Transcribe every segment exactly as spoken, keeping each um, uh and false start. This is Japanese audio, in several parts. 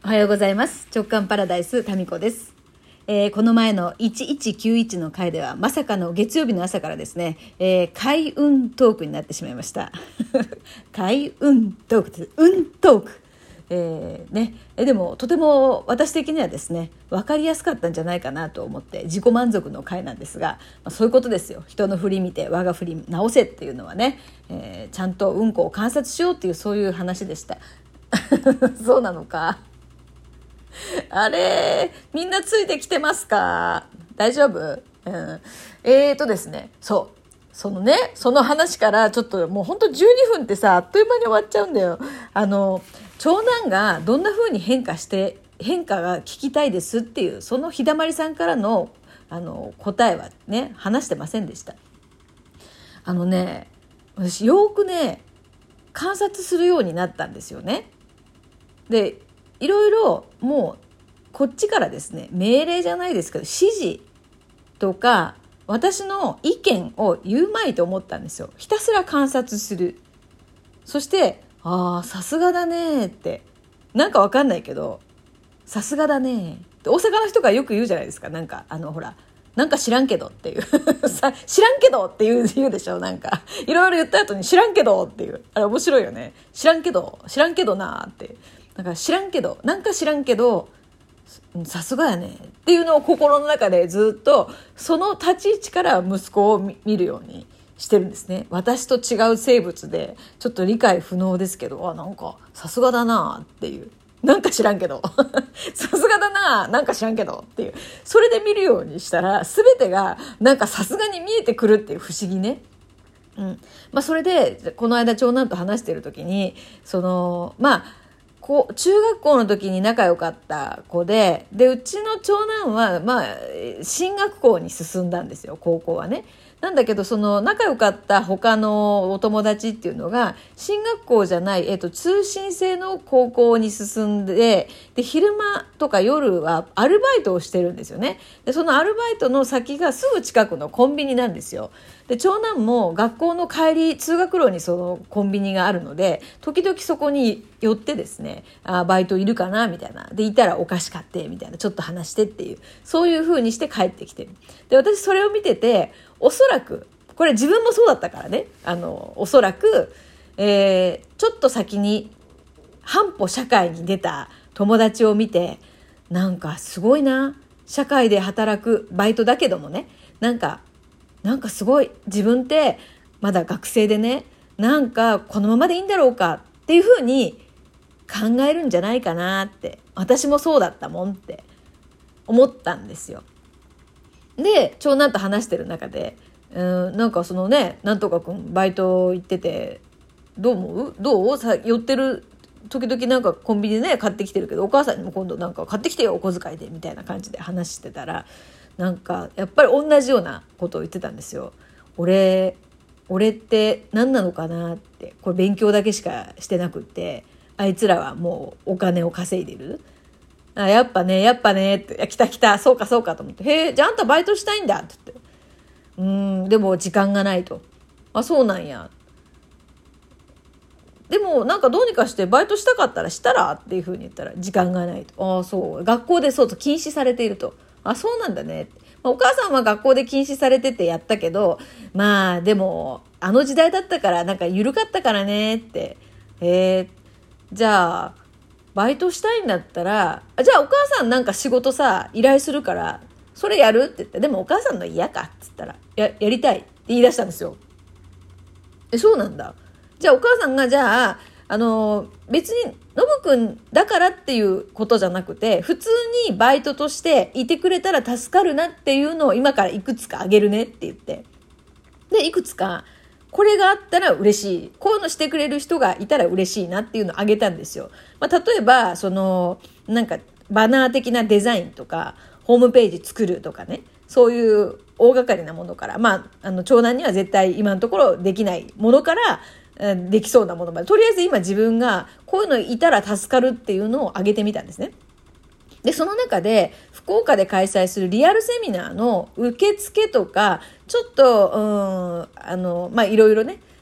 おはようございます。直感パラダイスタミコです。えー、この前のいちいちきゅういちの回ではまさかの月曜日の朝からですね、えー、開運トークになってしまいました開運トークです。運トーク、えーね、えでもとても私的にはですね分かりやすかったんじゃないかなと思って自己満足の回なんですが、まあ、そういうことですよ。人の振り見て我が振り直せっていうのはね、えー、ちゃんと運行を観察しようっていうそういう話でしたそうなのかあれみんなついてきてますか？大丈夫？うん、えーとですねそうそのねその話からちょっともうほんとじゅうにふんってさあっという間に終わっちゃうんだよ。あの長男がどんな風に変化して変化が聞きたいですっていうその日だまりさんからのあの答えはね話してませんでした。あのね私よくね観察するようになったんですよね。でいろいろもうこっちからですね命令じゃないですけど指示とか私の意見を言うまいと思ったんですよ。ひたすら観察する。そしてああさすがだねってなんかわかんないけどさすがだねって大阪の人がよく言うじゃないですか。なんかあのほらなんか知らんけどっていうさ知らんけどって言う、言うでしょ。なんかいろいろ言った後に知らんけどっていうあれ面白いよね。知らんけど知らんけどなってなんか知らんけどなんか知らんけどさすがやねっていうのを心の中でずっとその立ち位置から息子を見るようにしてるんですね。私と違う生物でちょっと理解不能ですけどあなんかさすがだなっていうなんか知らんけどさすがだななんか知らんけどっていうそれで見るようにしたら全てがなんかさすがに見えてくるっていう不思議ね。うんまあ、それでこの間長男と話してる時にそのまあこう中学校の時に仲良かった子で、でうちの長男はまあ進学校に進んだんですよ。高校はね。なんだけどその仲良かった他のお友達っていうのが進学校じゃない、えっと、通信制の高校に進んで、で昼間とか夜はアルバイトをしてるんですよね。でそのアルバイトの先がすぐ近くのコンビニなんですよ。で長男も学校の帰り通学路にそのコンビニがあるので時々そこに寄ってですねあバイトいるかなみたいなでいたらお菓子買ってみたいなちょっと話してっていうそういう風にして帰ってきてる。で私それを見てておそらくこれ自分もそうだったからねあのおそらく、えー、ちょっと先に半歩社会に出た友達を見てなんかすごいな社会で働くバイトだけどもねなんかなんかすごい自分ってまだ学生でねなんかこのままでいいんだろうかっていうふうに考えるんじゃないかなって私もそうだったもんって思ったんですよ。で長男と話してる中でうんなんかそのねなんとかくんバイト行っててどう思うどうさ寄ってる時々なんかコンビニでね買ってきてるけどお母さんにも今度なんか買ってきてよお小遣いでみたいな感じで話してたらなんかやっぱり同じようなことを言ってたんですよ。俺俺って何なのかなってこれ勉強だけしかしてなくってあいつらはもうお金を稼いでるあやっぱねやっぱねって来た来たそうかそうかと思ってへえじゃああんたバイトしたいんだって言ってうーんでも時間がないとあそうなんやでもなんかどうにかしてバイトしたかったらしたらっていうふうに言ったら時間がないとああそう学校でそうと禁止されているとあそうなんだね、まあ、お母さんは学校で禁止されててやったけどまあでもあの時代だったからなんか緩かったからねってえー、じゃあバイトしたいんだったらじゃあお母さんなんか仕事さ依頼するからそれやるって言ってでもお母さんの嫌かって言ったら や, やりたいって言い出したんですよ。えそうなんだじゃあお母さんがじゃああの別にノブくんだからっていうことじゃなくて普通にバイトとしていてくれたら助かるなっていうのを今からいくつかあげるねって言ってでいくつかこれがあったら嬉しいこういうのしてくれる人がいたら嬉しいなっていうのをあげたんですよ。まあ、例えばそのなんかバナー的なデザインとかホームページ作るとかねそういう大掛かりなものからまああの長男には絶対今のところできないものからできそうなものまでとりあえず今自分がこういうのいたら助かるっていうのをあげてみたんですね。でその中で福岡で開催するリアルセミナーの受付とかちょっとうんあのまあいろいろね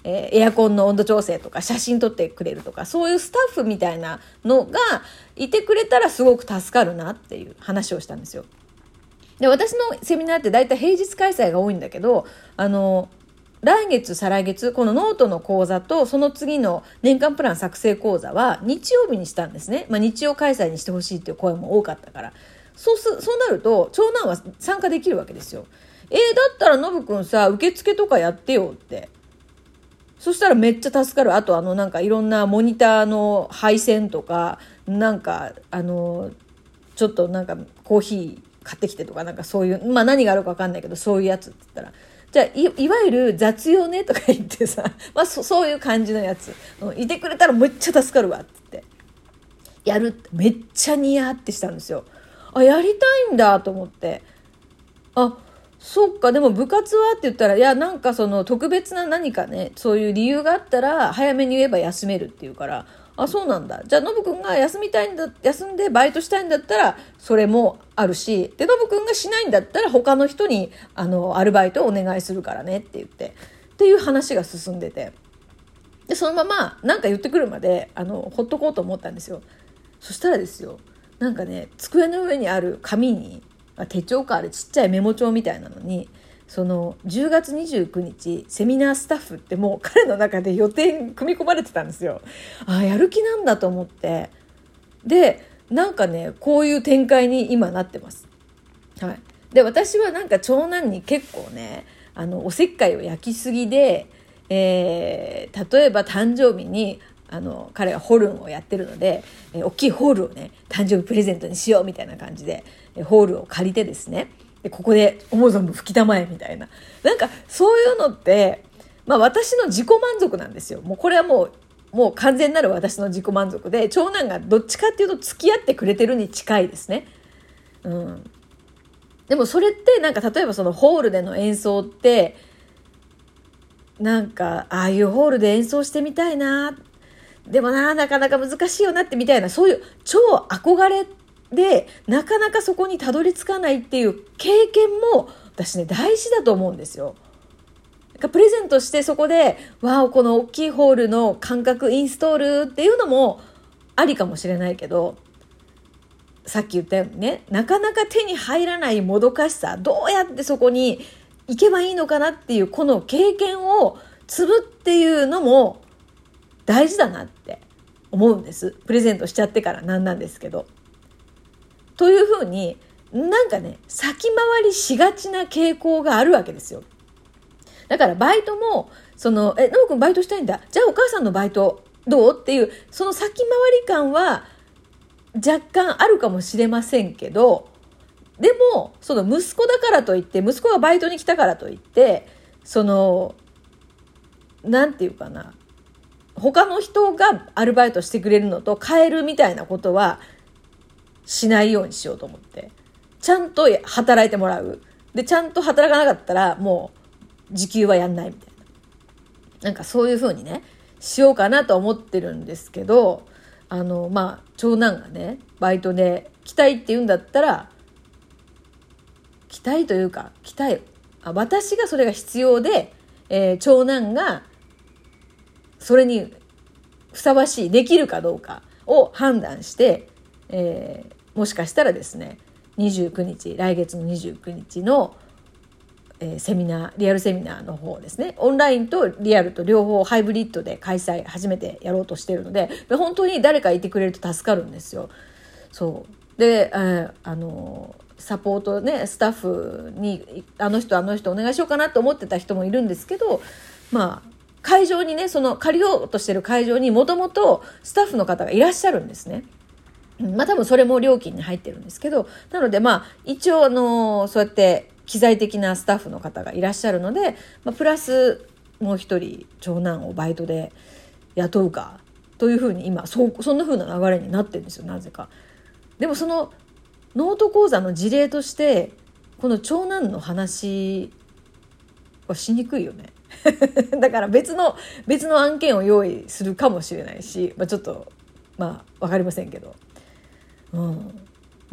えー、エアコンの温度調整とか写真撮ってくれるとか、そういうスタッフみたいなのがいてくれたらすごく助かるなっていう話をしたんですよ。で、私のセミナーってだいたい平日開催が多いんだけど、あの来月再来月このノートの講座とその次の年間プラン作成講座は日曜日にしたんですね。まあ、日曜開催にしてほしいっていう声も多かったから、そうすそうなると長男は参加できるわけですよ。えー、だったらノブくんさ受付とかやってよって。そしたらめっちゃ助かる。あとあのなんかいろんなモニターの配線とか、なんかあのちょっとなんかコーヒー買ってきてとか、なんかそういう、まあ何があるか分かんないけどそういうやつって言ったら、じゃあ い, いわゆる雑用ねとか言ってさ、まあ そ, そういう感じのやついてくれたらめっちゃ助かるわって言ってやる。めっちゃニヤってしたんですよ。あ、やりたいんだと思って、あ、そっか。でも部活はって言ったら、いやなんかその特別な何かね、そういう理由があったら早めに言えば休めるっていうから、あ、そうなんだ。じゃあノブくんが休みたいんだ、休んでバイトしたいんだったらそれもあるし、でノブくんがしないんだったら他の人にあのアルバイトをお願いするからねって言ってっていう話が進んでて、でそのままなんか言ってくるまであのほっとこうと思ったんですよ。そしたらですよ、なんかね、机の上にある紙に、手帳かあれちっちゃいメモ帳みたいなのに、そのじゅうがつにじゅうくにちセミナースタッフってもう彼の中で予定に組み込まれてたんですよ。あ、やる気なんだと思って、でなんかね、こういう展開に今なってます。はい。で私はなんか長男に結構ね、あのおせっかいを焼きすぎで、えー、例えば誕生日にあの彼はホルンをやってるので、えー、大きいホールをね誕生日プレゼントにしようみたいな感じで、えー、ホールを借りてですね、でここで思う存分吹きたまえみたいな、なんかそういうのって、まあ、私の自己満足なんですよ。もうこれはもうもう完全なる私の自己満足で、長男がどっちかっていうと付き合ってくれてるに近いですね。うん、でもそれってなんか例えばそのホールでの演奏ってなんかああいうホールで演奏してみたいな、でもななかなか難しいよなってみたいな、そういう超憧れでなかなかそこにたどり着かないっていう経験も私ね大事だと思うんですよ。プレゼントしてそこでわあこの大きいホールの感覚インストールっていうのもありかもしれないけど、さっき言ったようにね、なかなか手に入らないもどかしさ、どうやってそこに行けばいいのかなっていうこの経験を積むっていうのも大事だなって思うんです。プレゼントしちゃってからなんなんですけど。というふうになんかね、先回りしがちな傾向があるわけですよ。だからバイトもそのえノブ君バイトしたいんだ、じゃあお母さんのバイトどうっていうその先回り感は若干あるかもしれませんけど、でもその息子だからといって、息子がバイトに来たからといってそのなんていうかな、他の人がアルバイトしてくれるのと変えるみたいなことはしないようにしようと思って、ちゃんと働いてもらう。でちゃんと働かなかったらもう時給はやんないみたいな、なんかそういう風にねしようかなと思ってるんですけど、あのまあ長男がねバイトで来たいって言うんだったら来たいというか来たい、あ私がそれが必要で、えー、長男がそれにふさわしいできるかどうかを判断して、えー、もしかしたらですねにじゅうくにち来月のにじゅうくにちのえー、セミナーリアルセミナーの方ですね、オンラインとリアルと両方ハイブリッドで開催初めてやろうとしているので、本当に誰かいてくれると助かるんですよ。そうで、えー、あのサポートねスタッフにあの人あの人お願いしようかなと思ってた人もいるんですけど、まあ会場にねその借りようとしてる会場にもともとスタッフの方がいらっしゃるんですね。まあ多分それも料金に入ってるんですけど、なのでまあ一応あのそうやって機材的なスタッフの方がいらっしゃるので、まあ、プラスもう一人長男をバイトで雇うかというふうに今 そ, そんなふうな流れになってるんですよ、なぜか。でもそのノート講座の事例としてこの長男の話はしにくいよねだから別の別の案件を用意するかもしれないし、まあ、ちょっとまあ分かりませんけど、うん、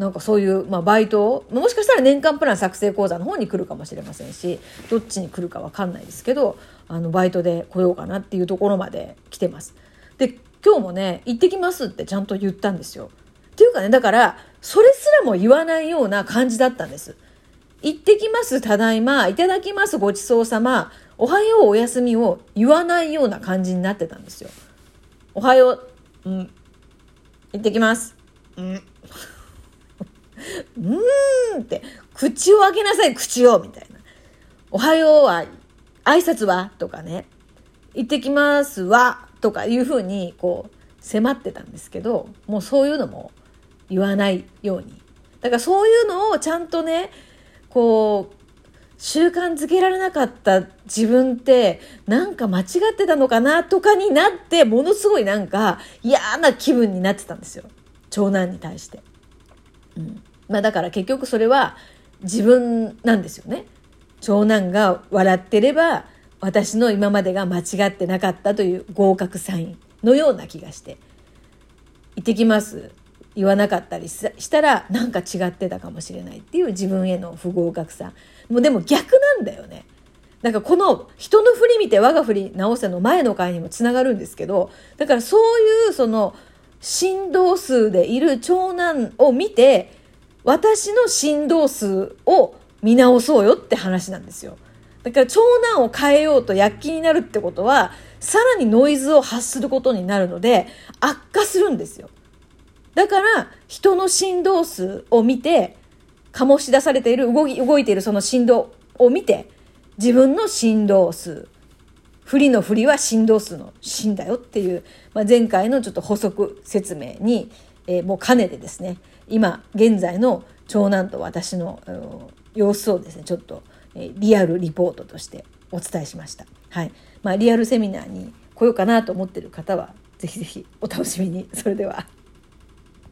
なんかそういう、まあ、バイトもしかしたら年間プラン作成講座の方に来るかもしれませんし、どっちに来るか分かんないですけど、あのバイトで来ようかなっていうところまで来てます。で今日もね行ってきますってちゃんと言ったんですよ。っていうかね、だからそれすらも言わないような感じだったんです。行ってきます、ただいま、いただきます、ごちそうさま、おはよう、おやすみを言わないような感じになってたんですよ。おはよう、うん、行ってきます、うんうーんって口を開けなさい、口をみたいな。おはようは挨拶はとかね、行ってきますはとかいうふうにこう迫ってたんですけど、もうそういうのも言わないように、だからそういうのをちゃんとねこう習慣づけられなかった自分ってなんか間違ってたのかなとかになって、ものすごいなんか嫌な気分になってたんですよ、長男に対して。うんまあ、だから結局それは自分なんですよね。長男が笑ってれば私の今までが間違ってなかったという合格サインのような気がして、行ってきます言わなかったりしたらなんか違ってたかもしれないっていう自分への不合格さ。もうでも逆なんだよね。なんかこの人の振り見て我が振り直せの前の回にもつながるんですけど、だからそういうその振動数でいる長男を見て私の振動数を見直そうよって話なんですよ。だから長男を変えようと躍起になるってことはさらにノイズを発することになるので悪化するんですよ。だから人の振動数を見て醸し出されている動き動いているその振動を見て自分の振動数、振りの振りは振動数の振だよっていう、まあ、前回のちょっと補足説明に、えー、もう兼ねてですね、今現在の長男と私の様子をですねちょっと、えー、リアルリポートとしてお伝えしました。はいまあ、リアルセミナーに来ようかなと思っている方はぜひぜひお楽しみに。それでは。